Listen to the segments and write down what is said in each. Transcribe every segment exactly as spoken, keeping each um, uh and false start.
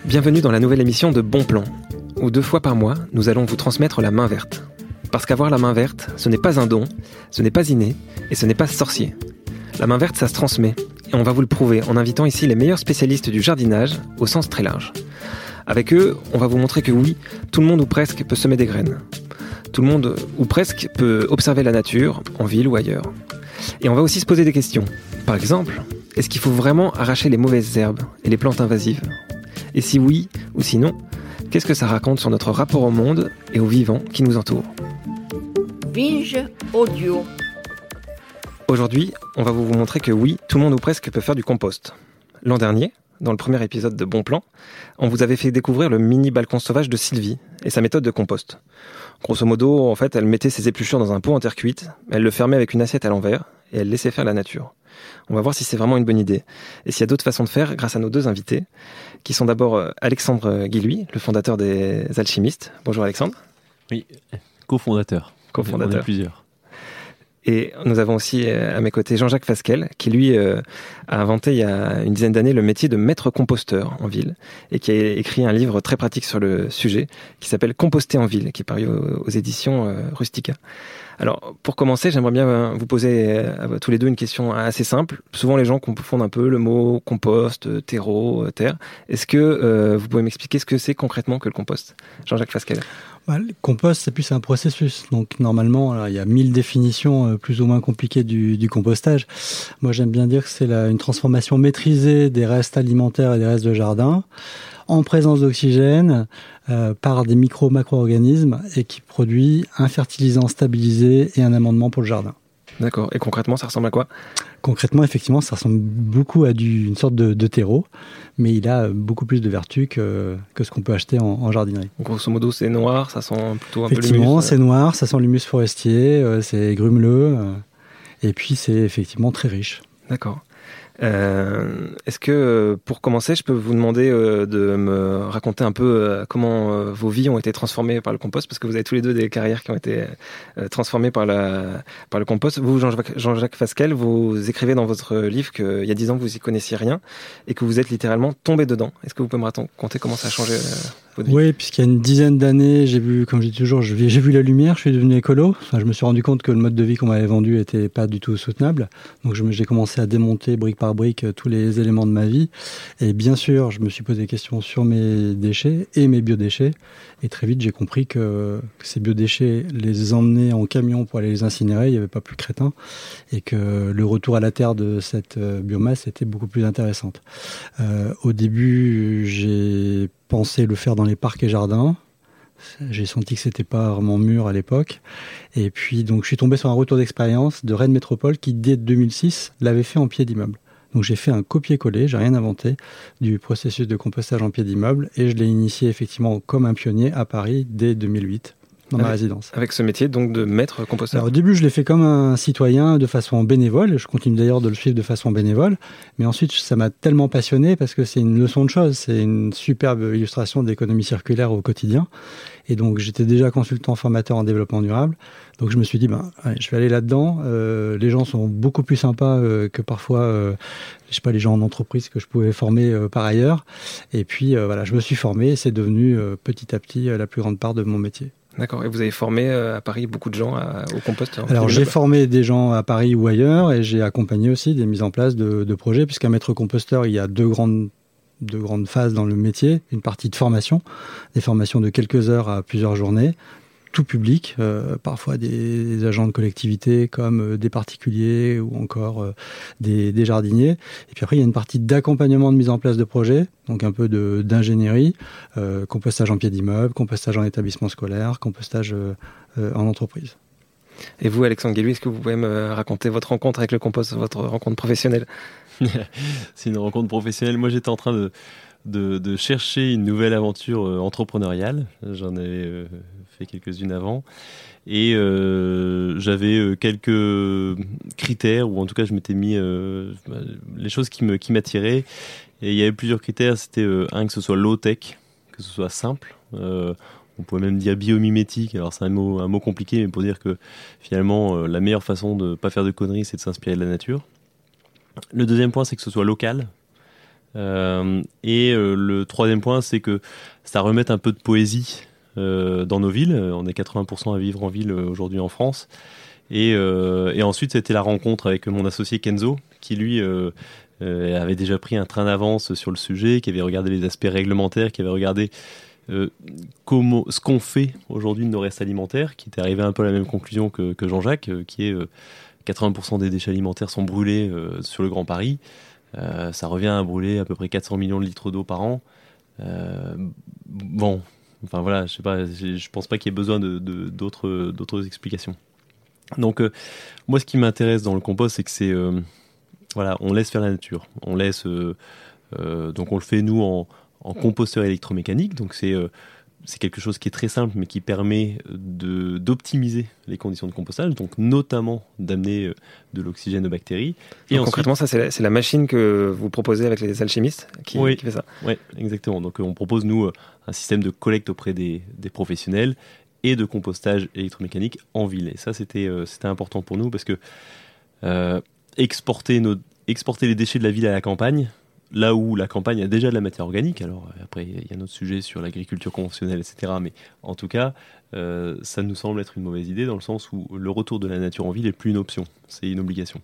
Bienvenue dans la nouvelle émission de Bon Plan, où deux fois par mois, nous allons vous transmettre la main verte. Parce qu'avoir la main verte, ce n'est pas un don, ce n'est pas inné, et ce n'est pas sorcier. La main verte, ça se transmet, et on va vous le prouver en invitant ici les meilleurs spécialistes du jardinage, au sens très large. Avec eux, on va vous montrer que oui, tout le monde ou presque peut semer des graines. Tout le monde, ou presque, peut observer la nature, en ville ou ailleurs. Et on va aussi se poser des questions. Par exemple, est-ce qu'il faut vraiment arracher les mauvaises herbes et les plantes invasives ? Et si oui, ou sinon, qu'est-ce que ça raconte sur notre rapport au monde et aux vivants qui nous entourent ? Binge Audio. Aujourd'hui, on va vous montrer que oui, tout le monde ou presque peut faire du compost. L'an dernier, dans le premier épisode de Bon Plan, on vous avait fait découvrir le mini balcon sauvage de Sylvie et sa méthode de compost. Grosso modo, en fait, elle mettait ses épluchures dans un pot en terre cuite, elle le fermait avec une assiette à l'envers et elle laissait faire la nature. On va voir si c'est vraiment une bonne idée et s'il y a d'autres façons de faire grâce à nos deux invités, qui sont d'abord Alexandre Guilhuy, le fondateur des Alchimistes. Bonjour Alexandre. Oui, cofondateur. Cofondateur. On est plusieurs. Et nous avons aussi à mes côtés Jean-Jacques Fasquelle, qui lui euh, a inventé il y a une dizaine d'années le métier de maître composteur en ville et qui a écrit un livre très pratique sur le sujet qui s'appelle Composter en ville, qui est paru aux, aux éditions euh, Rustica. Alors, pour commencer, j'aimerais bien vous poser à tous les deux une question assez simple. Souvent, les gens confondent un peu le mot compost, terreau, terre. Est-ce que euh, vous pouvez m'expliquer ce que c'est concrètement que le compost ? Jean-Jacques Fasquelle. Bah, le compost, c'est plus un processus. Donc, normalement, alors, il y a mille définitions euh, plus ou moins compliquées du, du compostage. Moi, j'aime bien dire que c'est la, une transformation maîtrisée des restes alimentaires et des restes de jardin en présence d'oxygène euh, par des micro-macro-organismes et qui produit un fertilisant stabilisé et un amendement pour le jardin. D'accord. Et concrètement, ça ressemble à quoi ? Concrètement, effectivement, ça ressemble beaucoup à du, une sorte de, de terreau, mais il a beaucoup plus de vertus que, que ce qu'on peut acheter en, en jardinerie. Grosso modo, c'est noir, ça sent plutôt un peu l'humus. Effectivement, c'est noir, ça sent l'humus forestier, euh, c'est grumeleux, euh, et puis c'est effectivement très riche. D'accord. Euh, est-ce que, pour commencer, je peux vous demander euh, de me raconter un peu euh, comment euh, vos vies ont été transformées par le compost, parce que vous avez tous les deux des carrières qui ont été euh, transformées par, la, par le compost. Vous, Jean-Jacques, Jean-Jacques Fasquelle, vous écrivez dans votre livre qu'il y a dix ans que vous y connaissiez rien et que vous êtes littéralement tombé dedans. Est-ce que vous pouvez me raconter comment ça a changé euh, votre vie ? Oui, puisqu'il y a une dizaine d'années, j'ai vu, comme je dis toujours, j'ai vu la lumière, je suis devenu écolo. Enfin, je me suis rendu compte que le mode de vie qu'on m'avait vendu était pas du tout soutenable. Donc, je, j'ai commencé à démonter brique par brique tous les éléments de ma vie. Et bien sûr, je me suis posé des questions sur mes déchets et mes biodéchets. Et très vite, j'ai compris que, que ces biodéchets, les emmener en camion pour aller les incinérer, il n'y avait pas plus crétin. Et que le retour à la terre de cette biomasse était beaucoup plus intéressante. Euh, au début, j'ai pensé le faire dans les parcs et jardins. J'ai senti que c'était pas vraiment mûr à l'époque. Et puis, donc, je suis tombé sur un retour d'expérience de Rennes Métropole qui, dès deux mille six, l'avait fait en pied d'immeuble. Donc, j'ai fait un copier-coller, j'ai rien inventé, du processus de compostage en pied d'immeuble et je l'ai initié effectivement comme un pionnier à Paris dès deux mille huit. Dans avec, ma résidence. Avec ce métier donc de maître composteur. Alors, au début, je l'ai fait comme un citoyen de façon bénévole. Je continue d'ailleurs de le suivre de façon bénévole. Mais ensuite, ça m'a tellement passionné parce que c'est une leçon de choses. C'est une superbe illustration d'économie circulaire au quotidien. Et donc, j'étais déjà consultant formateur en développement durable. Donc, je me suis dit, ben, allez, je vais aller là-dedans. Euh, les gens sont beaucoup plus sympas euh, que parfois, euh, je sais pas, les gens en entreprise que je pouvais former euh, par ailleurs. Et puis, euh, voilà, je me suis formé et c'est devenu euh, petit à petit euh, la plus grande part de mon métier. D'accord. Et vous avez formé euh, à Paris beaucoup de gens à, au compost ? Alors, j'ai formé des gens à Paris ou ailleurs et j'ai accompagné aussi des mises en place de, de projets, puisqu'un maître composteur, il y a deux grandes, deux grandes phases dans le métier. Une partie de formation, des formations de quelques heures à plusieurs journées, tout public, euh, parfois des, des agents de collectivité comme euh, des particuliers ou encore euh, des, des jardiniers. Et puis après, il y a une partie d'accompagnement de mise en place de projets, donc un peu de, d'ingénierie, euh, compostage en pied d'immeuble, compostage en établissement scolaire, compostage euh, euh, en entreprise. Et vous, Alexandre Guilhuy, est-ce que vous pouvez me raconter votre rencontre avec le compost, votre rencontre professionnelle ? C'est une rencontre professionnelle. Moi, j'étais en train de, de, de chercher une nouvelle aventure euh, entrepreneuriale. J'en avais euh, fait quelques-unes avant. Et euh, j'avais euh, quelques critères, ou en tout cas, je m'étais mis euh, les choses qui, me, qui m'attiraient. Et il y avait plusieurs critères. C'était euh, un, que ce soit low-tech, que ce soit simple. Euh, on pourrait même dire biomimétique. Alors, c'est un mot, un mot compliqué, mais pour dire que finalement, euh, la meilleure façon de ne pas faire de conneries, c'est de s'inspirer de la nature. Le deuxième point, c'est que ce soit local. Euh, et euh, le troisième point, c'est que ça remet un peu de poésie euh, dans nos villes. On est quatre-vingts pour cent à vivre en ville euh, aujourd'hui en France. Et, euh, et ensuite, c'était la rencontre avec mon associé Kenzo, qui lui euh, euh, avait déjà pris un train d'avance sur le sujet, qui avait regardé les aspects réglementaires, qui avait regardé euh, comment, ce qu'on fait aujourd'hui de nos restes alimentaires, qui était arrivé un peu à la même conclusion que, que Jean-Jacques, euh, qui est euh, quatre-vingts pour cent des déchets alimentaires sont brûlés euh, sur le Grand Paris. Euh, ça revient à brûler à peu près quatre cents millions de litres d'eau par an. Euh, bon, enfin voilà, je sais pas, je pense pas qu'il y ait besoin de, de, d'autres, d'autres explications. Donc, euh, moi, ce qui m'intéresse dans le compost, c'est que c'est, euh, voilà, on laisse faire la nature. On laisse, euh, euh, donc on le fait nous en, en composteur électromécanique. Donc c'est euh, c'est quelque chose qui est très simple, mais qui permet de, d'optimiser les conditions de compostage, donc notamment d'amener de l'oxygène aux bactéries. Et ensuite, concrètement, ça, c'est la, c'est la machine que vous proposez avec les alchimistes qui, oui, qui fait ça. Oui, exactement. Donc, on propose, nous, un système de collecte auprès des, des professionnels et de compostage électromécanique en ville. Et ça, c'était, euh, c'était important pour nous parce que euh, exporter, nos, exporter les déchets de la ville à la campagne, là où la campagne a déjà de la matière organique, alors après il y a un autre sujet sur l'agriculture conventionnelle, et cetera. Mais en tout cas, euh, ça nous semble être une mauvaise idée dans le sens où le retour de la nature en ville n'est plus une option, c'est une obligation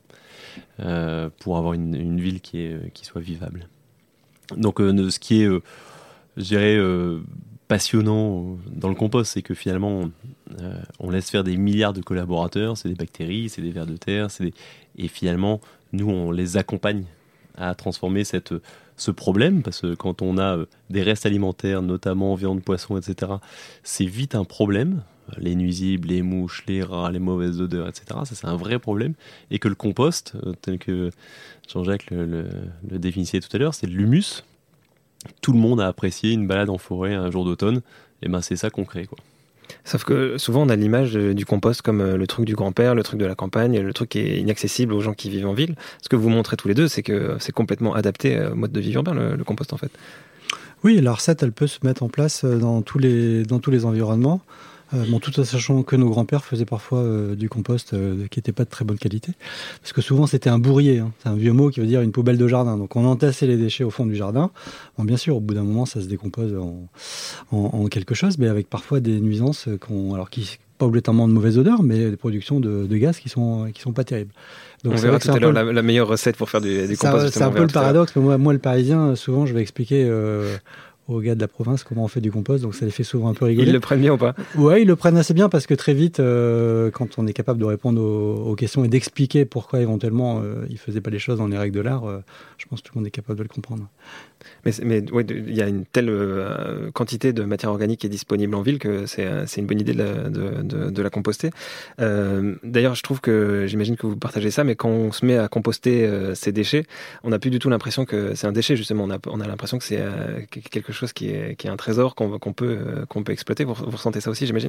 euh, pour avoir une, une ville qui, est, qui soit vivable. Donc euh, ce qui est, euh, je dirais, euh, passionnant dans le compost, c'est que finalement euh, on laisse faire des milliards de collaborateurs, c'est des bactéries, c'est des vers de terre, c'est des... et finalement nous on les accompagne à transformer cette, ce problème, parce que quand on a des restes alimentaires, notamment viande, poisson, et cetera, c'est vite un problème. Les nuisibles, les mouches, les rats, les mauvaises odeurs, et cetera. Ça, c'est un vrai problème. Et que le compost, tel que Jean-Jacques le, le, le définissait tout à l'heure, c'est de l'humus. Tout le monde a apprécié une balade en forêt un jour d'automne. Et ben, c'est ça qu'on crée, quoi. Sauf que souvent on a l'image du compost comme le truc du grand-père, le truc de la campagne, le truc qui est inaccessible aux gens qui vivent en ville. Ce que vous montrez tous les deux, c'est que c'est complètement adapté au mode de vie urbain, le, le compost en fait. Oui, la recette, elle peut se mettre en place dans tous les, dans tous les environnements. Euh, bon, tout en sachant que nos grands-pères faisaient parfois euh, du compost euh, qui n'était pas de très bonne qualité. Parce que souvent, c'était un bourrier. Hein. C'est un vieux mot qui veut dire une poubelle de jardin. Donc, on entassait les déchets au fond du jardin. Bon, bien sûr, au bout d'un moment, ça se décompose en, en, en quelque chose, mais avec parfois des nuisances qu'on, alors qui pas obligatoirement de mauvaise odeur, mais des productions de, de gaz qui sont, qui sont pas terribles. Donc, on verra tout à l'heure la, la meilleure recette pour faire du, du compost. Ça, c'est un peu le paradoxe. Mais moi, moi, le Parisien, souvent, je vais expliquer... Euh, aux gars de la province comment on fait du compost, donc ça les fait souvent un peu rigoler. Ils le prennent bien ou pas ? Ouais, ils le prennent assez bien parce que très vite, euh, quand on est capable de répondre aux, aux questions et d'expliquer pourquoi éventuellement euh, ils faisaient pas les choses dans les règles de l'art, euh, je pense que tout le monde est capable de le comprendre. Mais, mais ouais, il y a une telle euh, quantité de matière organique qui est disponible en ville que c'est, c'est une bonne idée de la, de, de, de la composter. Euh, d'ailleurs, je trouve que, j'imagine que vous partagez ça, mais quand on se met à composter euh, ces déchets, on n'a plus du tout l'impression que c'est un déchet, justement. On a, on a l'impression que c'est euh, quelque chose qui est, qui est un trésor qu'on, qu'on, peut, euh, qu'on peut exploiter. Vous, vous ressentez ça aussi, j'imagine ?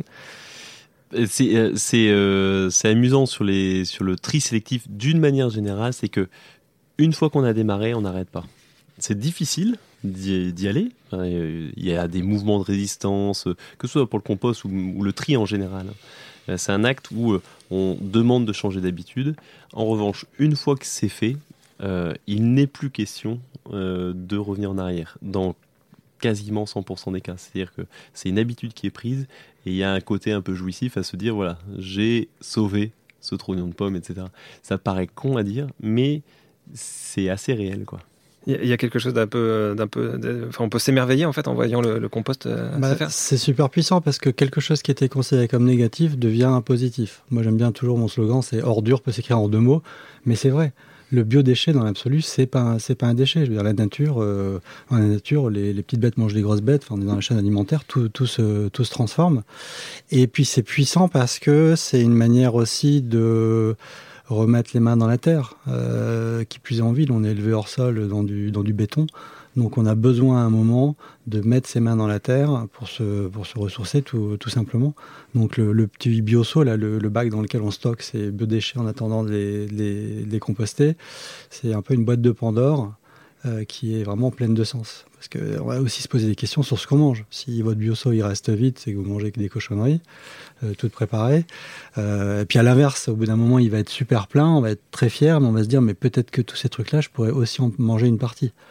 C'est, c'est, euh, c'est amusant sur, les, sur le tri sélectif d'une manière générale, c'est que une fois qu'on a démarré, on n'arrête pas. C'est difficile d'y, d'y aller. Il y a des mouvements de résistance, que ce soit pour le compost ou, ou le tri en général. C'est un acte où on demande de changer d'habitude. En revanche, une fois que c'est fait, euh, il n'est plus question euh, de revenir en arrière dans quasiment cent pour cent des cas. C'est-à-dire que c'est une habitude qui est prise et il y a un côté un peu jouissif à se dire, voilà, j'ai sauvé ce trognon de pomme, et cetera. Ça paraît con à dire, mais c'est assez réel, quoi. Il y a quelque chose d'un peu, d'un peu, enfin, on peut s'émerveiller en fait en voyant le, le compost euh, bah, se faire. C'est super puissant parce que quelque chose qui était considéré comme négatif devient un positif. Moi, j'aime bien toujours mon slogan, c'est ordure peut s'écrire en deux mots, mais c'est vrai. Le biodéchet dans l'absolu, c'est pas, un, c'est pas un déchet. Je veux dire, la nature, euh, dans la nature, les, les petites bêtes mangent les grosses bêtes. Enfin, on est dans la chaîne alimentaire, tout, tout se, tout se transforme. Et puis c'est puissant parce que c'est une manière aussi de remettre les mains dans la terre. Euh, qui plus est en ville, on est élevé hors sol dans du, dans du béton. Donc on a besoin à un moment de mettre ses mains dans la terre pour se, pour se ressourcer tout, tout simplement. Donc le, le petit bioseau, là, le, le bac dans lequel on stocke ces biodéchets en attendant de les, les, les composter, c'est un peu une boîte de Pandore euh, qui est vraiment pleine de sens. Parce qu'on va aussi se poser des questions sur ce qu'on mange. Si votre bioseau il reste vide, c'est que vous mangez que des cochonneries, euh, toutes préparées. Euh, et puis à l'inverse, au bout d'un moment, il va être super plein, on va être très fier, mais on va se dire, mais peut-être que tous ces trucs-là, je pourrais aussi en manger une partie.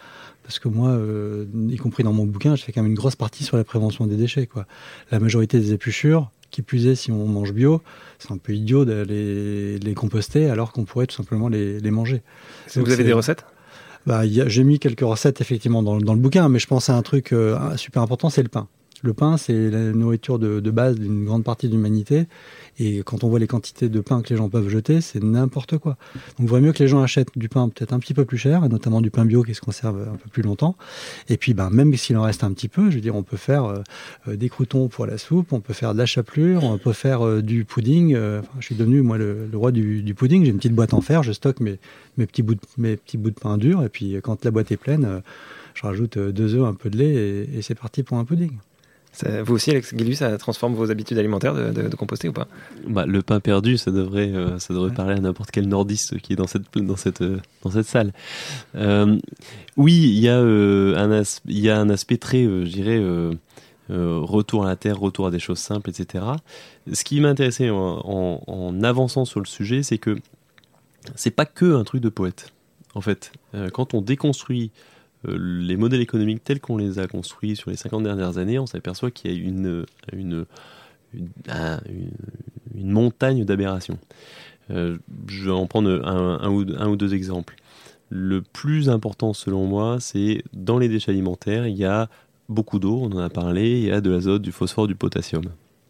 Parce que moi, euh, y compris dans mon bouquin, je fais quand même une grosse partie sur la prévention des déchets, quoi. La majorité des épluchures, qui plus est, si on mange bio, c'est un peu idiot de les, les composter alors qu'on pourrait tout simplement les, les manger. Donc, vous avez des recettes ? Bah, y a, j'ai mis quelques recettes effectivement dans, dans le bouquin, mais je pense à un truc euh, super important, c'est le pain. Le pain, c'est la nourriture de, de base d'une grande partie de l'humanité. Et quand on voit les quantités de pain que les gens peuvent jeter, c'est n'importe quoi. Donc, il vaut mieux que les gens achètent du pain peut-être un petit peu plus cher, et notamment du pain bio qui se conserve un peu plus longtemps. Et puis, ben, même s'il en reste un petit peu, je veux dire, on peut faire euh, des croûtons pour la soupe, on peut faire de la chapelure, on peut faire euh, du pudding. Euh, enfin, je suis devenu, moi, le, le roi du, du pudding. J'ai une petite boîte en fer, je stocke mes, mes, petits, bouts de, mes petits bouts de pain dur. Et puis, quand la boîte est pleine, euh, je rajoute deux œufs, un peu de lait, et, et c'est parti pour un pudding. Ça, vous aussi, Alex Guillu, ça transforme vos habitudes alimentaires de, de, de composter ou pas ? Bah, le pain perdu, ça devrait, euh, ça devrait ouais. parler à n'importe quel nordiste qui est dans cette, dans cette, euh, dans cette salle. Euh, oui, il y, euh, as- y a un aspect très, euh, je dirais, euh, euh, retour à la terre, retour à des choses simples, et cetera. Ce qui m'intéressait en, en, en avançant sur le sujet, c'est que c'est pas que un truc de poète. En fait, euh, quand on déconstruit les modèles économiques tels qu'on les a construits sur les cinquante dernières années, on s'aperçoit qu'il y a une, une, une, une, une montagne d'aberrations. Euh, je vais en prendre un, un, ou, un ou deux exemples. Le plus important selon moi, c'est dans les déchets alimentaires, il y a beaucoup d'eau, on en a parlé, il y a de l'azote, du phosphore, du potassium.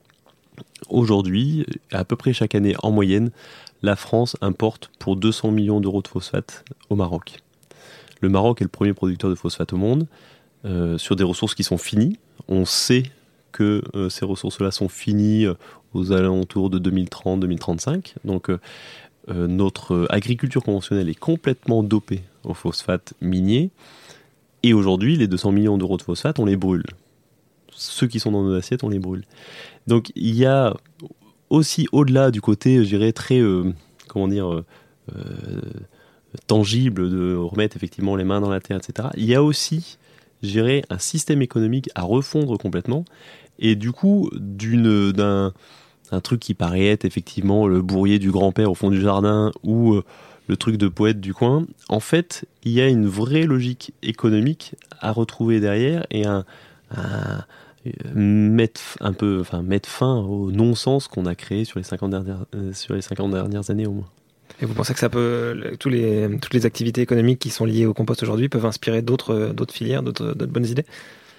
Aujourd'hui, à peu près chaque année en moyenne, la France importe pour deux cents millions d'euros de phosphate au Maroc. Le Maroc est le premier producteur de phosphate au monde, euh, sur des ressources qui sont finies. On sait que euh, ces ressources-là sont finies euh, aux alentours de deux mille trente deux mille trente-cinq. Donc euh, euh, notre agriculture conventionnelle est complètement dopée au phosphate minier. Et aujourd'hui, les deux cents millions d'euros de phosphate, on les brûle. Ceux qui sont dans nos assiettes, on les brûle. Donc il y a aussi, au-delà du côté, je dirais, très, euh, comment dire... Euh, euh, tangible de remettre effectivement les mains dans la terre, et cetera. Il y a aussi, je dirais, un système économique à refondre complètement, et du coup, d'une, d'un un truc qui paraît être effectivement le bourrier du grand-père au fond du jardin, ou euh, le truc de poète du coin, en fait, il y a une vraie logique économique à retrouver derrière, et un, un mettre un peu, enfin mettre fin au non-sens qu'on a créé sur les cinquante dernières, euh, sur les cinquante dernières années au moins. Et vous pensez que ça peut, tous les, toutes les activités économiques qui sont liées au compost aujourd'hui peuvent inspirer d'autres, d'autres filières, d'autres, d'autres bonnes idées ?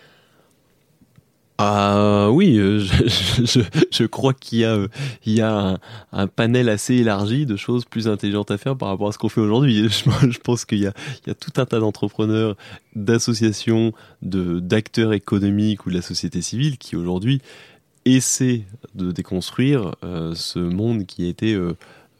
Ah oui, je, je, je crois qu'il y a, il y a un, un panel assez élargi de choses plus intelligentes à faire par rapport à ce qu'on fait aujourd'hui. Je, je pense qu'il y a, il y a tout un tas d'entrepreneurs, d'associations, de, d'acteurs économiques ou de la société civile qui aujourd'hui essaient de déconstruire euh, ce monde qui a été... Euh,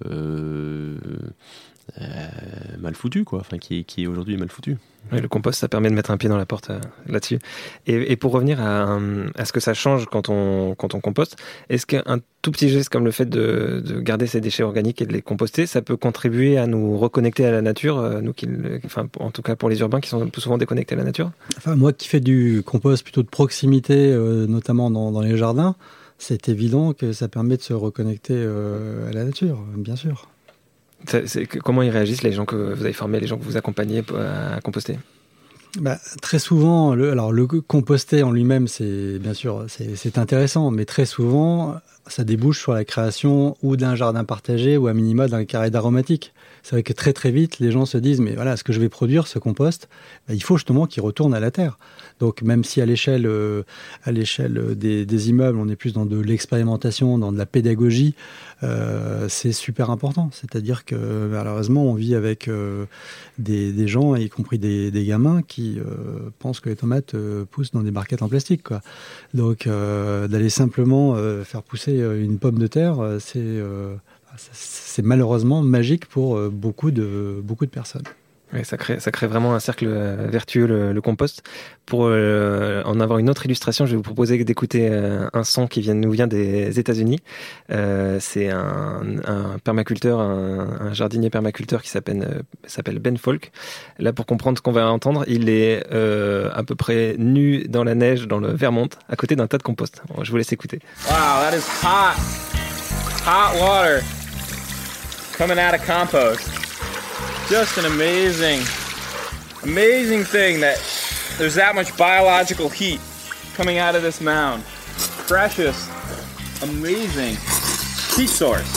Euh, euh, mal foutu quoi, enfin qui est, qui est aujourd'hui mal foutu. Oui, le compost, ça permet de mettre un pied dans la porte euh, là-dessus. Et, et pour revenir à, à ce que ça change quand on quand on composte, est-ce qu'un tout petit geste comme le fait de, de garder ces déchets organiques et de les composter, ça peut contribuer à nous reconnecter à la nature, euh, nous qui, enfin en tout cas pour les urbains qui sont plus souvent déconnectés à la nature. Enfin moi qui fais du compost plutôt de proximité, euh, notamment dans, dans les jardins. C'est évident que ça permet de se reconnecter euh, à la nature, bien sûr. C'est, c'est, comment ils réagissent, les gens que vous avez formés, les gens que vous accompagnez à composter ? Bah, très souvent, le, alors le composter en lui-même, c'est bien sûr c'est, c'est intéressant, mais très souvent, ça débouche sur la création ou d'un jardin partagé ou à minima d'un carré d'aromatique. C'est vrai que très très vite, les gens se disent, mais voilà, ce que je vais produire, ce compost, bah, il faut justement qu'il retourne à la terre. Donc même si à l'échelle, euh, à l'échelle des, des immeubles, on est plus dans de l'expérimentation, dans de la pédagogie, euh, c'est super important. C'est-à-dire que malheureusement, on vit avec euh, des, des gens, y compris des, des gamins, qui euh, pensent que les tomates euh, poussent dans des barquettes en plastique, quoi. Donc euh, d'aller simplement euh, faire pousser une pomme de terre, c'est... Euh, c'est malheureusement magique pour beaucoup de, beaucoup de personnes. Oui, ça crée, ça crée vraiment un cercle vertueux, le, le compost. Pour euh, en avoir une autre illustration, je vais vous proposer d'écouter euh, un son qui vient, nous vient des États-Unis. Euh, c'est un, un permaculteur, un, un jardinier permaculteur qui s'appelle, euh, s'appelle Ben Folk. Là, pour comprendre ce qu'on va entendre, il est euh, à peu près nu dans la neige, dans le Vermont, à côté d'un tas de compost. Bon, je vous laisse écouter. Wow, that is hot. Hot water. Coming out of compost. Just an amazing Amazing thing that there's that much biological heat coming out of this mound. Precious, amazing heat source.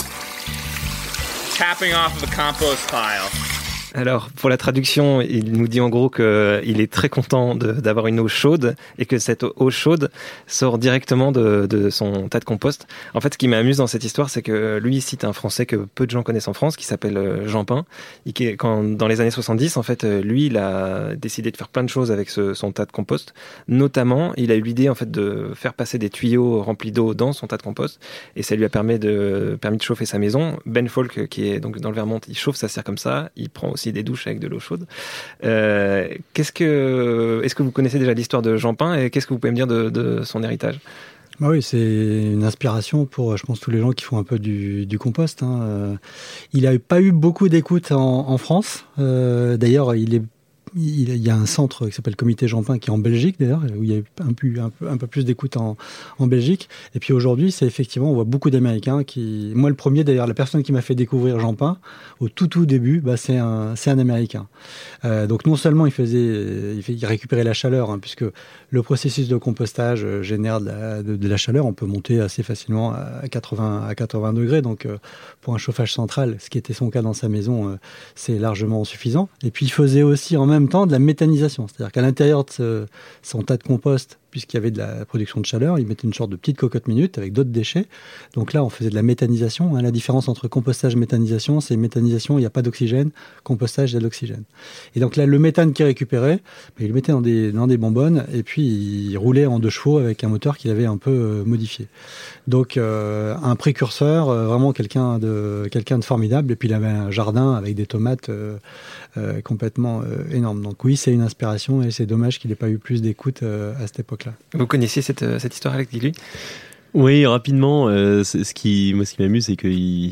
Tapping off of the compost pile. Alors, pour la traduction, il nous dit en gros qu'il est très content de, d'avoir une eau chaude et que cette eau chaude sort directement de, de son tas de compost. En fait, ce qui m'amuse dans cette histoire, c'est que lui, il cite un Français que peu de gens connaissent en France, qui s'appelle Jean Pain. Et qui, quand, dans les années soixante-dix, en fait, lui, il a décidé de faire plein de choses avec ce, son tas de compost. Notamment, il a eu l'idée en fait de faire passer des tuyaux remplis d'eau dans son tas de compost, et ça lui a permis de, permis de chauffer sa maison. Ben Folk, qui est donc dans le Vermont, il chauffe sa serre comme ça. Il prend aussi des douches avec de l'eau chaude. Euh, qu'est-ce que, est-ce que vous connaissez déjà l'histoire de Jean Pain et qu'est-ce que vous pouvez me dire de, de son héritage ? Bah oui, c'est une inspiration pour, je pense, tous les gens qui font un peu du, du compost. Hein. Euh, il n'a pas eu beaucoup d'écoute en, en France. Euh, d'ailleurs, il est Il y a un centre qui s'appelle Comité Jean Pain qui est en Belgique d'ailleurs, où il y a un peu, un peu, un peu plus d'écoute en, en Belgique. Et puis aujourd'hui, c'est effectivement, on voit beaucoup d'Américains qui... Moi, le premier d'ailleurs, la personne qui m'a fait découvrir Jean Pain, au tout tout début, bah, c'est, un, c'est un Américain. Euh, donc non seulement il faisait, il, fait, il récupérait la chaleur, hein, puisque le processus de compostage génère de la, de, de la chaleur, on peut monter assez facilement à quatre-vingts, à quatre-vingts degrés. Donc euh, pour un chauffage central, ce qui était son cas dans sa maison, euh, c'est largement suffisant. Et puis il faisait aussi en même temps de la méthanisation, c'est-à-dire qu'à l'intérieur de ce, son tas de compost, puisqu'il y avait de la production de chaleur, il mettait une sorte de petite cocotte minute avec d'autres déchets. Donc là, on faisait de la méthanisation. Hein. La différence entre compostage et méthanisation, c'est méthanisation, il n'y a pas d'oxygène. Compostage, il y a de l'oxygène. Et donc là, le méthane qu'il récupérait, bah, il le mettait dans des, dans des bonbonnes et puis il roulait en deux chevaux avec un moteur qu'il avait un peu euh, modifié. Donc euh, un précurseur, euh, vraiment quelqu'un de, quelqu'un de formidable. Et puis il avait un jardin avec des tomates euh, euh, complètement euh, énormes. Donc oui, c'est une inspiration et c'est dommage qu'il n'ait pas eu plus d'écoute euh, à cette époque-là. Vous connaissiez cette, cette histoire avec Guy ? Oui, rapidement. Euh, ce qui, moi, ce qui m'amuse, c'est qu'il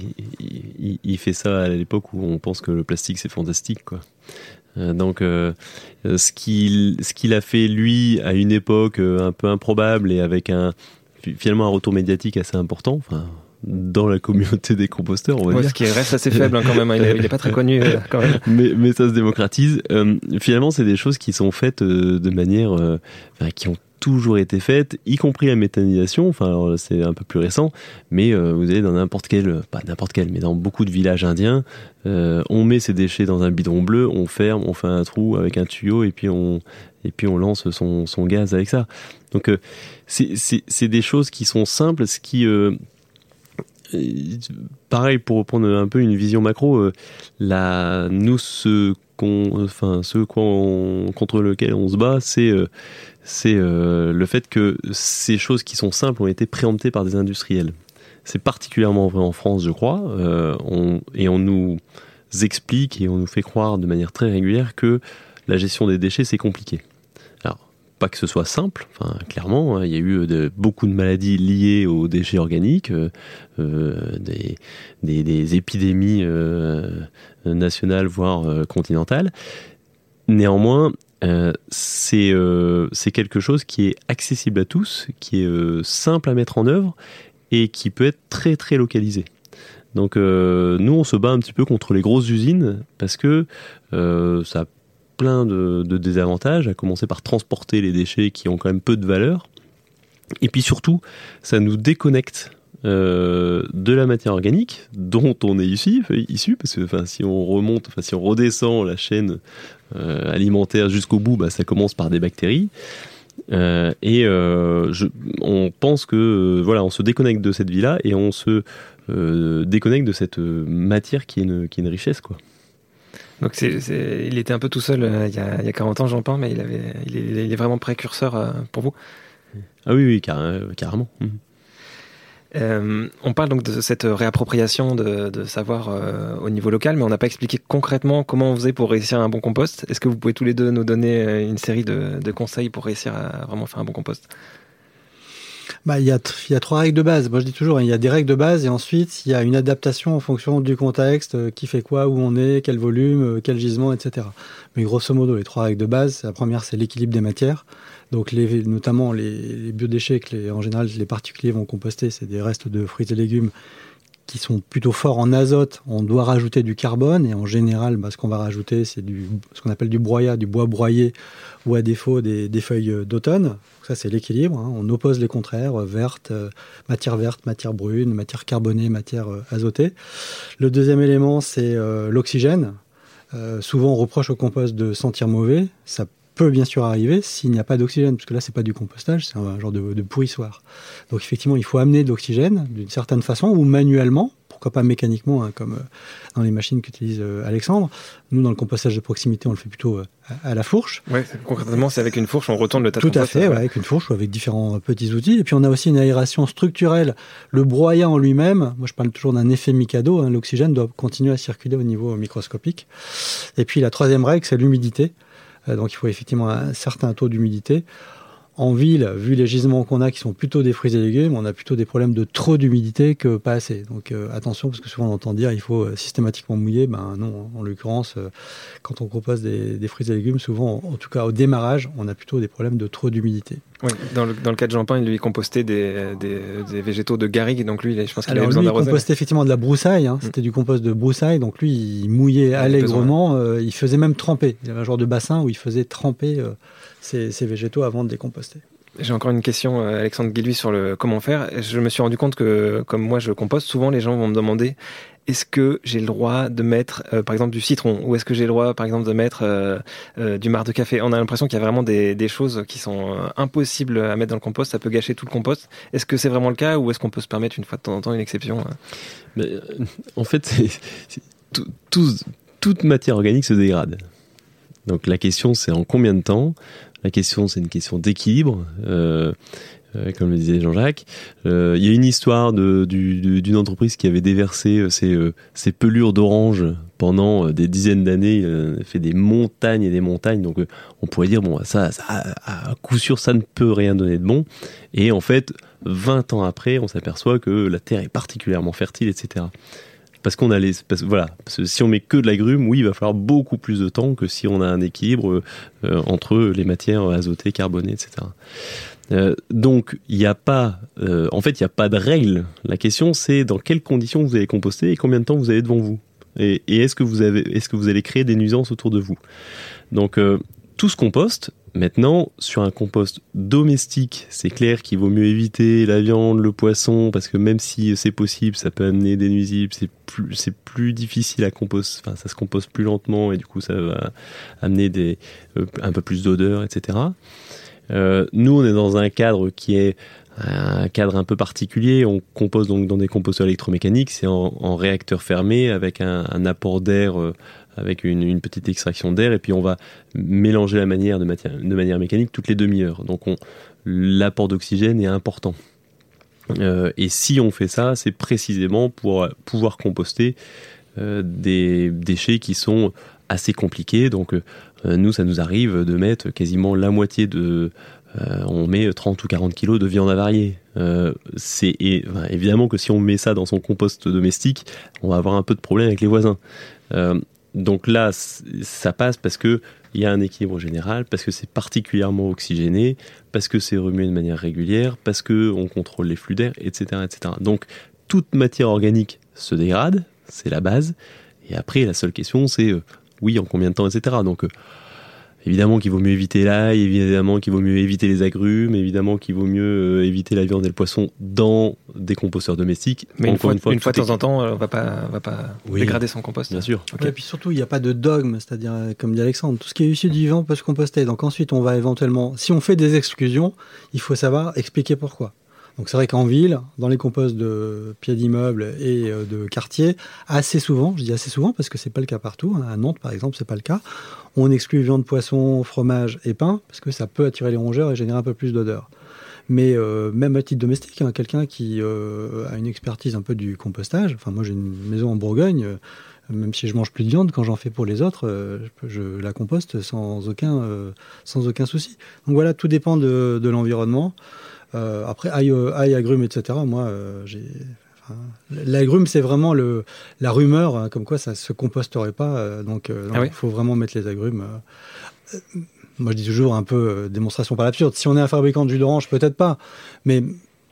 il, il fait ça à l'époque où on pense que le plastique c'est fantastique, quoi. Euh, donc, euh, ce qu'il, ce qu'il a fait lui à une époque euh, un peu improbable et avec un finalement un retour médiatique assez important. Enfin. Dans la communauté des composteurs, on va ouais, dire. Ce qui reste assez faible hein, quand même. Il n'est pas très connu euh, quand même. Mais, mais ça se démocratise. Euh, finalement, c'est des choses qui sont faites euh, de manière, euh, enfin, qui ont toujours été faites, y compris la méthanisation. Enfin, alors, c'est un peu plus récent, mais euh, vous allez dans n'importe quel, pas n'importe quel, mais dans beaucoup de villages indiens, euh, on met ses déchets dans un bidon bleu, on ferme, on fait un trou avec un tuyau et puis on et puis on lance son, son gaz avec ça. Donc, euh, c'est, c'est, c'est des choses qui sont simples, ce qui euh, pareil, pour reprendre un peu une vision macro, euh, la, nous, ce, qu'on, enfin, ce qu'on, contre lequel on se bat, c'est, euh, c'est euh, le fait que ces choses qui sont simples ont été préemptées par des industriels. C'est particulièrement vrai en France, je crois, euh, on, et on nous explique et on nous fait croire de manière très régulière que la gestion des déchets, c'est compliqué. Pas que ce soit simple, enfin, clairement, hein, il y a eu de, beaucoup de maladies liées aux déchets organiques, euh, euh, des, des, des épidémies euh, nationales, voire euh, continentales. Néanmoins, euh, c'est, euh, c'est quelque chose qui est accessible à tous, qui est euh, simple à mettre en œuvre et qui peut être très très localisé. Donc euh, nous, on se bat un petit peu contre les grosses usines parce que euh, ça a plein de, de désavantages, à commencer par transporter les déchets qui ont quand même peu de valeur. Et puis surtout, ça nous déconnecte euh, de la matière organique dont on est issu, issu parce que enfin, si on remonte, enfin, si on redescend la chaîne euh, alimentaire jusqu'au bout, bah, ça commence par des bactéries. Euh, et euh, je, on pense que euh, voilà, on se déconnecte de cette vie-là et on se euh, déconnecte de cette matière qui est une, qui est une richesse, quoi. Donc c'est, c'est, il était un peu tout seul euh, il, y a, il y a quarante ans, j'en parle, mais il, avait, il, est, il est vraiment précurseur euh, pour vous. Ah oui, oui, car, carrément. Mmh. Euh, on parle donc de cette réappropriation de, de savoir euh, au niveau local, mais on n'a pas expliqué concrètement comment on faisait pour réussir un bon compost. Est-ce que vous pouvez tous les deux nous donner une série de, de conseils pour réussir à vraiment faire un bon compost ? Bah, il y a, il y a trois règles de base. Moi, je dis toujours, il y a des règles de base et ensuite, il y a une adaptation en fonction du contexte, euh, qui fait quoi, où on est, quel volume, euh, quel gisement, et cetera. Mais grosso modo, les trois règles de base, la première, c'est l'équilibre des matières. Donc, les, notamment les, les biodéchets que les, en général, les particuliers vont composter, c'est des restes de fruits et légumes qui sont plutôt forts en azote, on doit rajouter du carbone. Et en général, bah, ce qu'on va rajouter, c'est du, ce qu'on appelle du broyat, du bois broyé, ou à défaut des, des feuilles d'automne. Ça, c'est l'équilibre. Hein. On oppose les contraires, euh, verte, euh, matière verte, matière brune, matière carbonée, matière euh, azotée. Le deuxième élément, c'est euh, l'oxygène. Euh, souvent, on reproche au compost de sentir mauvais. Ça peut bien sûr arriver s'il n'y a pas d'oxygène, parce que là, c'est pas du compostage, c'est un genre de, de pourrissoir. Donc, effectivement, il faut amener de l'oxygène d'une certaine façon, ou manuellement, pourquoi pas mécaniquement, hein, comme euh, dans les machines qu'utilise euh, Alexandre. Nous, dans le compostage de proximité, on le fait plutôt euh, à, à la fourche. Oui, concrètement, c'est avec une fourche, on retourne le tas de Tout à compost. fait, ouais, avec une fourche ou avec différents petits outils. Et puis, on a aussi une aération structurelle. Le broyat en lui-même, moi, je parle toujours d'un effet Mikado, hein, l'oxygène doit continuer à circuler au niveau microscopique. Et puis, la troisième règle, c'est l'humidité. Donc il faut effectivement un certain taux d'humidité. En ville, vu les gisements qu'on a qui sont plutôt des fruits et légumes, on a plutôt des problèmes de trop d'humidité que pas assez. Donc euh, attention, parce que souvent on entend dire il faut euh, systématiquement mouiller. Ben non, en l'occurrence, euh, quand on compose des, des fruits et légumes, souvent, en, en tout cas au démarrage, on a plutôt des problèmes de trop d'humidité. Oui, dans le, dans le cas de Jean-Pain, il lui compostait des, des, des végétaux de garrigue, donc lui, je pense qu'il Alors, avait besoin lui, d'arroser. il compostait effectivement de la broussaille, hein. C'était mmh. du compost de broussaille, donc lui, il mouillait il allègrement, euh, il faisait même tremper. Il avait un genre de bassin où il faisait tremper euh, ses, ses végétaux avant de les composter. J'ai encore une question, Alexandre Guilhuy, sur le comment faire. Je me suis rendu compte que, comme moi je composte, souvent les gens vont me demander est-ce que j'ai le droit de mettre, euh, par exemple, du citron, ou est-ce que j'ai le droit, par exemple, de mettre euh, euh, du marc de café. On a l'impression qu'il y a vraiment des, des choses qui sont euh, impossibles à mettre dans le compost. Ça peut gâcher tout le compost. Est-ce que c'est vraiment le cas, ou est-ce qu'on peut se permettre une fois de temps en temps une exception hein Mais, euh, En fait, c'est, c'est, tout, tout, toute matière organique se dégrade. Donc la question, c'est en combien de temps ? La question, c'est une question d'équilibre. Euh, Euh, comme le disait Jean-Jacques. Euh, il y a une histoire de, du, de, d'une entreprise qui avait déversé ses, euh, ses pelures d'orange pendant euh, des dizaines d'années. Il a fait des montagnes et des montagnes. Donc euh, on pourrait dire, bon, ça, ça, à coup sûr, ça ne peut rien donner de bon. Et en fait, vingt ans après, on s'aperçoit que la terre est particulièrement fertile, et cetera. Parce qu'on a les, parce, voilà, parce que si on met que de l'agrumes, oui, il va falloir beaucoup plus de temps que si on a un équilibre euh, entre les matières azotées, carbonées, et cetera. Euh, donc, il n'y a pas, euh, en fait, il n'y a pas de règle. La question, c'est dans quelles conditions vous allez composter et combien de temps vous avez devant vous. Et, et est-ce que vous avez, est-ce que vous allez créer des nuisances autour de vous. Donc, euh, tout ce compost. Maintenant, sur un compost domestique, c'est clair qu'il vaut mieux éviter la viande, le poisson, parce que même si c'est possible, ça peut amener des nuisibles. C'est plus, c'est plus difficile à composter. Enfin, ça se composte plus lentement et du coup, ça va amener des, euh, un peu plus d'odeur, et cetera. Euh, nous, on est dans un cadre qui est un cadre un peu particulier. On compose donc dans des composteurs électromécaniques. C'est en, en réacteur fermé avec un, un apport d'air, euh, avec une, une petite extraction d'air, et puis on va mélanger la manière de, matière, de manière mécanique toutes les demi-heures. Donc, on, l'apport d'oxygène est important. Euh, et si on fait ça, c'est précisément pour pouvoir composter euh, des déchets qui sont assez compliqués. Donc, euh, nous, ça nous arrive de mettre quasiment la moitié de... Euh, on met trente ou quarante kilos de viande avariée. Euh, c'est, et, enfin, évidemment que si on met ça dans son compost domestique, on va avoir un peu de problème avec les voisins. Euh, donc là, ça passe parce qu'il y a un équilibre général, parce que c'est particulièrement oxygéné, parce que c'est remué de manière régulière, parce qu'on contrôle les flux d'air, et cetera, et cetera. Donc, toute matière organique se dégrade, c'est la base. Et après, la seule question, c'est... Euh, oui, en combien de temps, et cetera. Donc, euh, évidemment qu'il vaut mieux éviter l'ail, évidemment qu'il vaut mieux éviter les agrumes, évidemment qu'il vaut mieux euh, éviter la viande et le poisson dans des composteurs domestiques. Mais une Encore fois, une fois, une fois de est... temps en temps, on va pas, on va pas oui. dégrader son compost. Bien sûr. Okay. Et puis surtout, il n'y a pas de dogme, c'est-à-dire, comme dit Alexandre, tout ce qui est issu du vivant peut se composter. Donc ensuite, on va éventuellement, si on fait des exclusions, il faut savoir expliquer pourquoi. Donc c'est vrai qu'en ville, dans les composts de pieds d'immeubles et de quartier, assez souvent, je dis assez souvent parce que c'est pas le cas partout, hein, à Nantes par exemple, c'est pas le cas, on exclut viande, poisson, fromage et pain parce que ça peut attirer les rongeurs et générer un peu plus d'odeur. Mais euh, même à titre domestique, hein, quelqu'un qui euh, a une expertise un peu du compostage, enfin moi j'ai une maison en Bourgogne, euh, même si je mange plus de viande, quand j'en fais pour les autres, euh, je, je la composte sans aucun, euh, sans aucun souci. Donc voilà, tout dépend de, de l'environnement. Euh, après, ail, ail, agrumes, et cetera. Moi, euh, j'ai, enfin, l'agrume, c'est vraiment le, la rumeur, hein, comme quoi ça se composterait pas. Euh, donc, il euh, ah oui. faut vraiment mettre les agrumes. Euh, moi, je dis toujours un peu euh, démonstration par l'absurde. Si on est un fabricant de jus d'orange, peut-être pas. Mais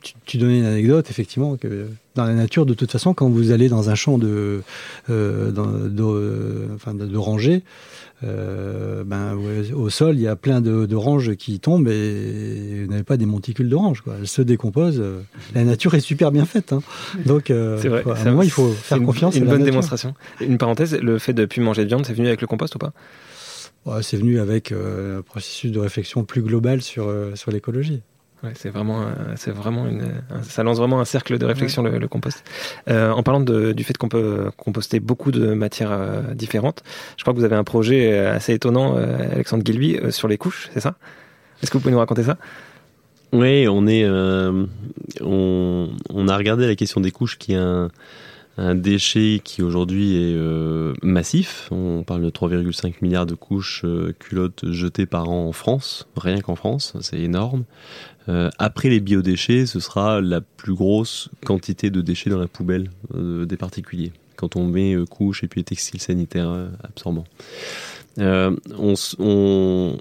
tu, tu donnais une anecdote, effectivement, que dans la nature, de toute façon, quand vous allez dans un champ de, euh, dans, de, euh, enfin, de, de rangées, euh, ben, au sol, il y a plein de, d'oranges qui tombent et vous n'avez pas des monticules d'oranges, quoi. Elles se décomposent. Euh, la nature est super bien faite. Hein. Donc, euh, c'est vrai. Quoi, à C'est un moment, un, il faut faire une, confiance. Une à la bonne nature. démonstration. Une parenthèse, le fait de ne plus manger de viande, c'est venu avec le compost ou pas ? Ouais, c'est venu avec euh, un processus de réflexion plus global sur, euh, sur l'écologie. Ouais, c'est vraiment, c'est vraiment une, ça lance vraiment un cercle de réflexion, ouais. le, le compost. Euh, en parlant de, du fait qu'on peut composter beaucoup de matières euh, différentes, je crois que vous avez un projet assez étonnant, euh, Alexandre Guilby, euh, sur les couches, c'est ça ? Est-ce que vous pouvez nous raconter ça ? Oui, on est, euh, on, on a regardé la question des couches, qui est un, un déchet qui aujourd'hui est euh, massif. On parle de trois virgule cinq milliards de couches euh, culottes jetées par an en France, rien qu'en France, c'est énorme. Euh, après les biodéchets, ce sera la plus grosse quantité de déchets dans la poubelle euh, des particuliers, quand on met euh, couches et puis textiles sanitaires euh, absorbants. Euh, on, on,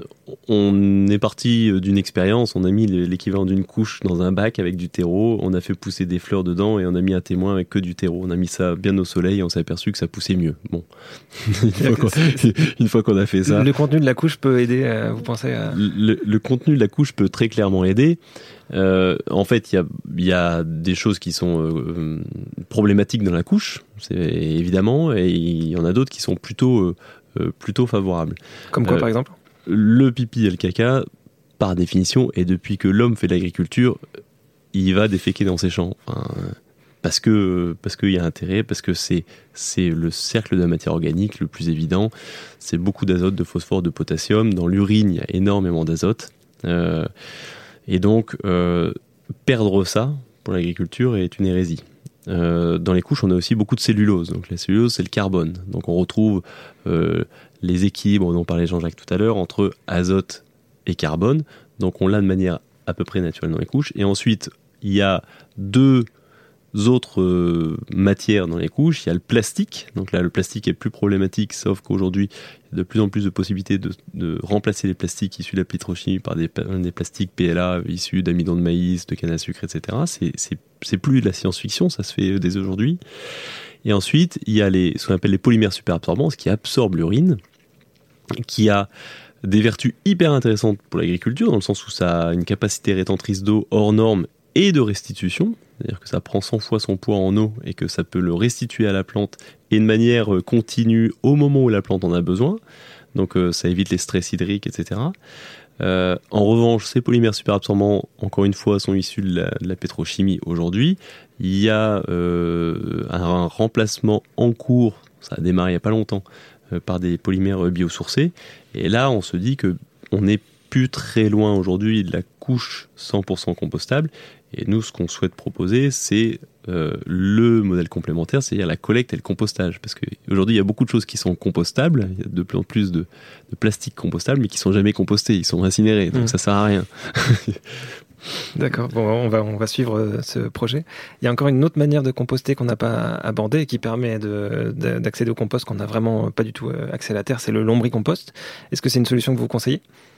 on est parti d'une expérience, on a mis l'équivalent d'une couche dans un bac avec du terreau, on a fait pousser des fleurs dedans et on a mis un témoin avec que du terreau. On a mis ça bien au soleil et on s'est aperçu que ça poussait mieux. Bon, une, fois qu'on, une fois qu'on a fait ça... Le contenu de la couche peut aider, à, vous pensez à... le, le contenu de la couche peut très clairement aider. Euh, en fait, il y a, y a des choses qui sont euh, problématiques dans la couche, c'est, évidemment, et il y en a d'autres qui sont plutôt... Euh, Euh, plutôt favorable. Comme quoi, euh, par exemple ? Le pipi et le caca, par définition, et depuis que l'homme fait de l'agriculture, il va déféquer dans ses champs. Enfin, parce que parce qu'il y a intérêt, parce que c'est, c'est le cercle de la matière organique le plus évident. C'est beaucoup d'azote, de phosphore, de potassium. Dans l'urine, il y a énormément d'azote. Euh, et donc, euh, perdre ça pour l'agriculture est une hérésie. Euh, dans les couches, on a aussi beaucoup de cellulose. Donc la cellulose, c'est le carbone. Donc on retrouve euh, les équilibres dont parlait Jean-Jacques tout à l'heure entre azote et carbone. Donc on l'a de manière à peu près naturelle dans les couches. Et ensuite, il y a deux autres euh, matières dans les couches. Il y a le plastique. Donc là, le plastique est plus problématique, sauf qu'aujourd'hui, il y a de plus en plus de possibilités de, de remplacer les plastiques issus de la pétrochimie par des, des plastiques P L A issus d'amidon de maïs, de canne à sucre, et cetera. C'est, c'est, c'est plus de la science-fiction, ça se fait dès aujourd'hui. Et ensuite, il y a les, ce qu'on appelle les polymères superabsorbants, ce qui absorbe l'urine, qui a des vertus hyper intéressantes pour l'agriculture, dans le sens où ça a une capacité rétentrice d'eau hors norme et de restitution. C'est-à-dire que ça prend cent fois son poids en eau et que ça peut le restituer à la plante et de manière continue au moment où la plante en a besoin. Donc euh, ça évite les stress hydriques, et cetera. Euh, en revanche, ces polymères superabsorbants, encore une fois, sont issus de la, de la pétrochimie aujourd'hui. Il y a euh, un, un remplacement en cours, ça a démarré il n'y a pas longtemps, euh, par des polymères biosourcés. Et là, on se dit qu'on n'est plus très loin aujourd'hui de la couche cent pour cent compostable. Et nous, ce qu'on souhaite proposer, c'est euh, le modèle complémentaire, c'est-à-dire la collecte et le compostage. Parce qu'aujourd'hui, il y a beaucoup de choses qui sont compostables, il y a de plus en plus de, de plastique compostable, mais qui ne sont jamais compostés, ils sont incinérés, donc mmh. ça ne sert à rien. D'accord, bon, on va, on va suivre ce projet. Il y a encore une autre manière de composter qu'on n'a pas abordée et qui permet de, de, d'accéder au compost qu'on n'a vraiment pas du tout accès à la terre, c'est le lombricompost. Est-ce que c'est une solution que vous conseillez ?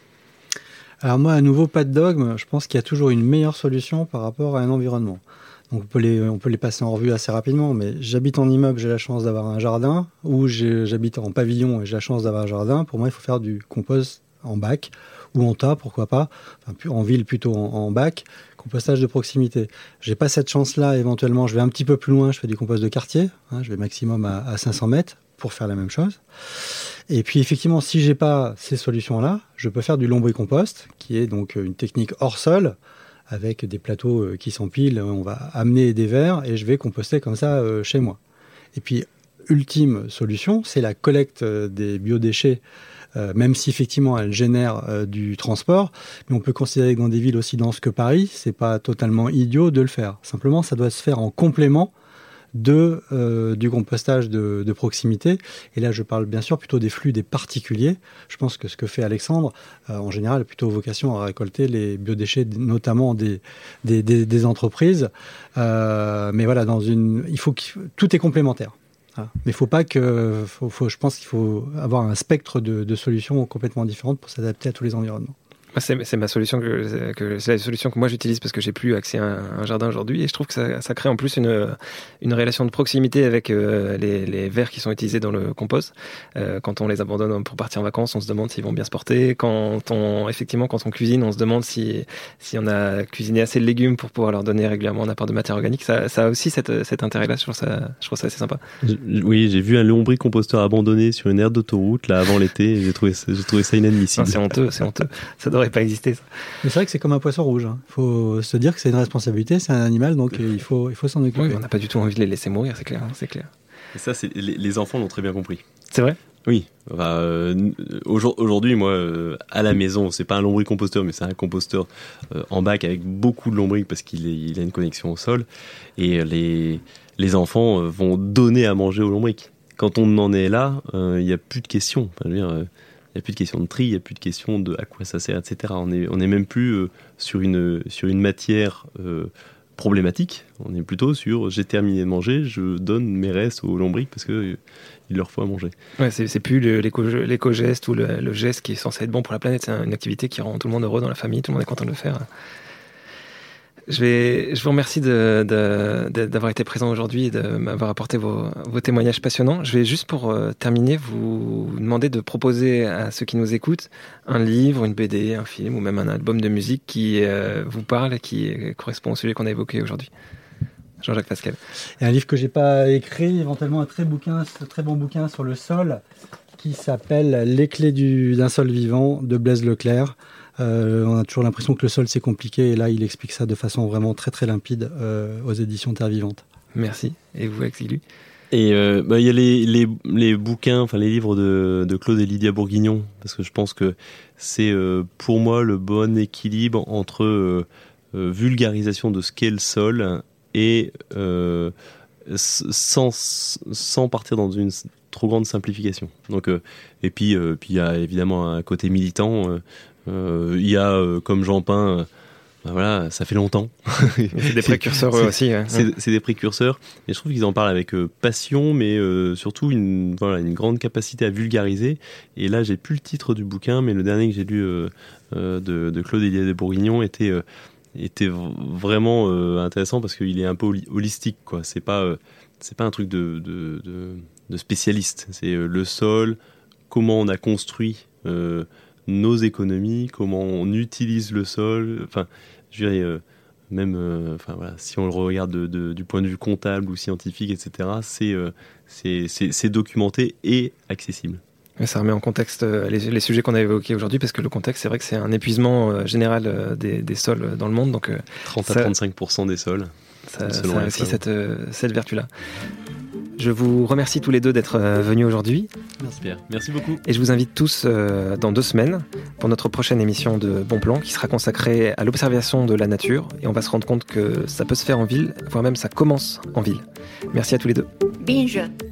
Alors moi, à nouveau, pas de dogme. Je pense qu'il y a toujours une meilleure solution par rapport à un environnement. Donc on peut les, on peut les passer en revue assez rapidement, mais j'habite en immeuble, j'ai la chance d'avoir un jardin, ou j'ai, j'habite en pavillon et j'ai la chance d'avoir un jardin. Pour moi, il faut faire du compost en bac ou en tas, pourquoi pas. Enfin, en ville, plutôt en, en bac. Compostage de proximité. J'ai pas cette chance-là, éventuellement. Je vais un petit peu plus loin, je fais du compost de quartier. Hein, je vais maximum à, à cinq cents mètres pour faire la même chose. Et puis effectivement, si j'ai pas ces solutions-là, je peux faire du lombricompost, qui est donc une technique hors sol, avec des plateaux qui s'empilent. On va amener des verres et je vais composter comme ça euh, chez moi. Et puis, ultime solution, c'est la collecte des biodéchets, euh, même si effectivement elle génère euh, du transport. Mais on peut considérer que dans des villes aussi denses que Paris, c'est pas totalement idiot de le faire. Simplement, ça doit se faire en complément de, euh, du compostage de, de proximité. Et là, je parle bien sûr plutôt des flux des particuliers. Je pense que ce que fait Alexandre, euh, en général, a plutôt vocation à récolter les biodéchets, notamment des, des, des, des entreprises. Euh, mais voilà, dans une, il faut que tout est complémentaire. Voilà. Mais il faut pas que, faut, faut, je pense qu'il faut avoir un spectre de, de solutions complètement différentes pour s'adapter à tous les environnements. C'est, c'est ma solution que, que c'est la solution que moi j'utilise parce que j'ai plus accès à un, un jardin aujourd'hui et je trouve que ça, ça crée en plus une, une relation de proximité avec euh, les, les vers qui sont utilisés dans le compost. Euh, quand on les abandonne pour partir en vacances, on se demande s'ils vont bien se porter. Quand on, effectivement, quand on cuisine, on se demande si, si on a cuisiné assez de légumes pour pouvoir leur donner régulièrement un apport de matière organique. Ça, ça a aussi cette, cet intérêt-là. Je trouve ça, je trouve ça assez sympa. Oui, j'ai vu un lombricomposteur abandonné sur une aire d'autoroute là avant l'été. Et j'ai trouvé, j'ai trouvé ça inadmissible. Non, c'est honteux, c'est honteux. Ça devrait pas exister. Ça. Mais c'est vrai que c'est comme un poisson rouge. Il hein. faut se dire que c'est une responsabilité, c'est un animal, donc il faut, il faut s'en occuper. Oui, on n'a pas du tout envie de les laisser mourir, c'est clair. C'est clair. Et ça, c'est, les, les enfants l'ont très bien compris. C'est vrai ? Oui. Enfin, euh, aujourd'hui, moi, euh, à la maison, c'est pas un lombricomposteur, mais c'est un composteur euh, en bac avec beaucoup de lombric parce qu'il est, il a une connexion au sol. Et les, les enfants euh, vont donner à manger aux lombric. Quand on en est là, il euh, n'y a plus de questions. Enfin, je veux dire, euh, il n'y a plus de question de tri, il n'y a plus de question de à quoi ça sert, et cetera. On n'est on est même plus euh, sur, une, sur une matière euh, problématique. On est plutôt sur j'ai terminé de manger, je donne mes restes aux lombrics parce qu'il euh, leur faut à manger. Ouais, c'est, c'est plus le, l'éco, l'éco-geste ou le, le geste qui est censé être bon pour la planète. C'est une activité qui rend tout le monde heureux dans la famille, tout le monde est content de le faire. Je, vais, je vous remercie de, de, de, d'avoir été présent aujourd'hui et de m'avoir apporté vos, vos témoignages passionnants. Je vais juste pour euh, terminer vous demander de proposer à ceux qui nous écoutent un livre, une B D, un film ou même un album de musique qui euh, vous parle et qui correspond au sujet qu'on a évoqué aujourd'hui. Jean-Jacques Fasquelle. Et un livre que j'ai pas écrit, éventuellement un très, bouquin, un très bon bouquin sur le sol qui s'appelle Les clés du, d'un sol vivant de Blaise Leclerc. Euh, on a toujours l'impression que le sol c'est compliqué et là il explique ça de façon vraiment très très limpide euh, aux éditions Terre Vivante. Merci. Et vous, Exilu ? Et euh, bah, y a les, les, les bouquins, enfin les livres de, de Claude et Lydia Bourguignon, parce que je pense que c'est euh, pour moi le bon équilibre entre euh, euh, vulgarisation de ce qu'est le sol et euh, sans, sans partir dans une trop grande simplification. Donc, euh, et puis il euh, puis y a évidemment un côté militant. Euh, Il euh, y a, euh, comme Jean Pain, euh, ben voilà, ça fait longtemps. C'est des précurseurs eux aussi. Ouais. C'est, c'est des précurseurs. Et je trouve qu'ils en parlent avec euh, passion, mais euh, surtout une, voilà, une grande capacité à vulgariser. Et là, j'ai plus le titre du bouquin, mais le dernier que j'ai lu euh, euh, de, de Claude Élie de Bourguignon était, euh, était vraiment euh, intéressant parce qu'il est un peu holistique, quoi. C'est pas, euh, c'est pas un truc de, de, de, de spécialiste. C'est euh, le sol, comment on a construit euh, nos économies, comment on utilise le sol, enfin, je dirais, euh, même, euh, enfin voilà, si on le regarde de, de, du point de vue comptable ou scientifique, et cetera, c'est, euh, c'est, c'est, c'est documenté et accessible. Et ça remet en contexte les, les sujets qu'on a évoqués aujourd'hui, parce que le contexte, c'est vrai que c'est un épuisement euh, général euh, des, des sols dans le monde. Donc, euh, trente à trente-cinq pour cent des sols. Ça, ça a aussi cette, euh, cette vertu-là. Je vous remercie tous les deux d'être euh, venus aujourd'hui. Merci Pierre, merci beaucoup. Et je vous invite tous euh, dans deux semaines pour notre prochaine émission de Bon Plan qui sera consacrée à l'observation de la nature. Et on va se rendre compte que ça peut se faire en ville, voire même ça commence en ville. Merci à tous les deux. Binge.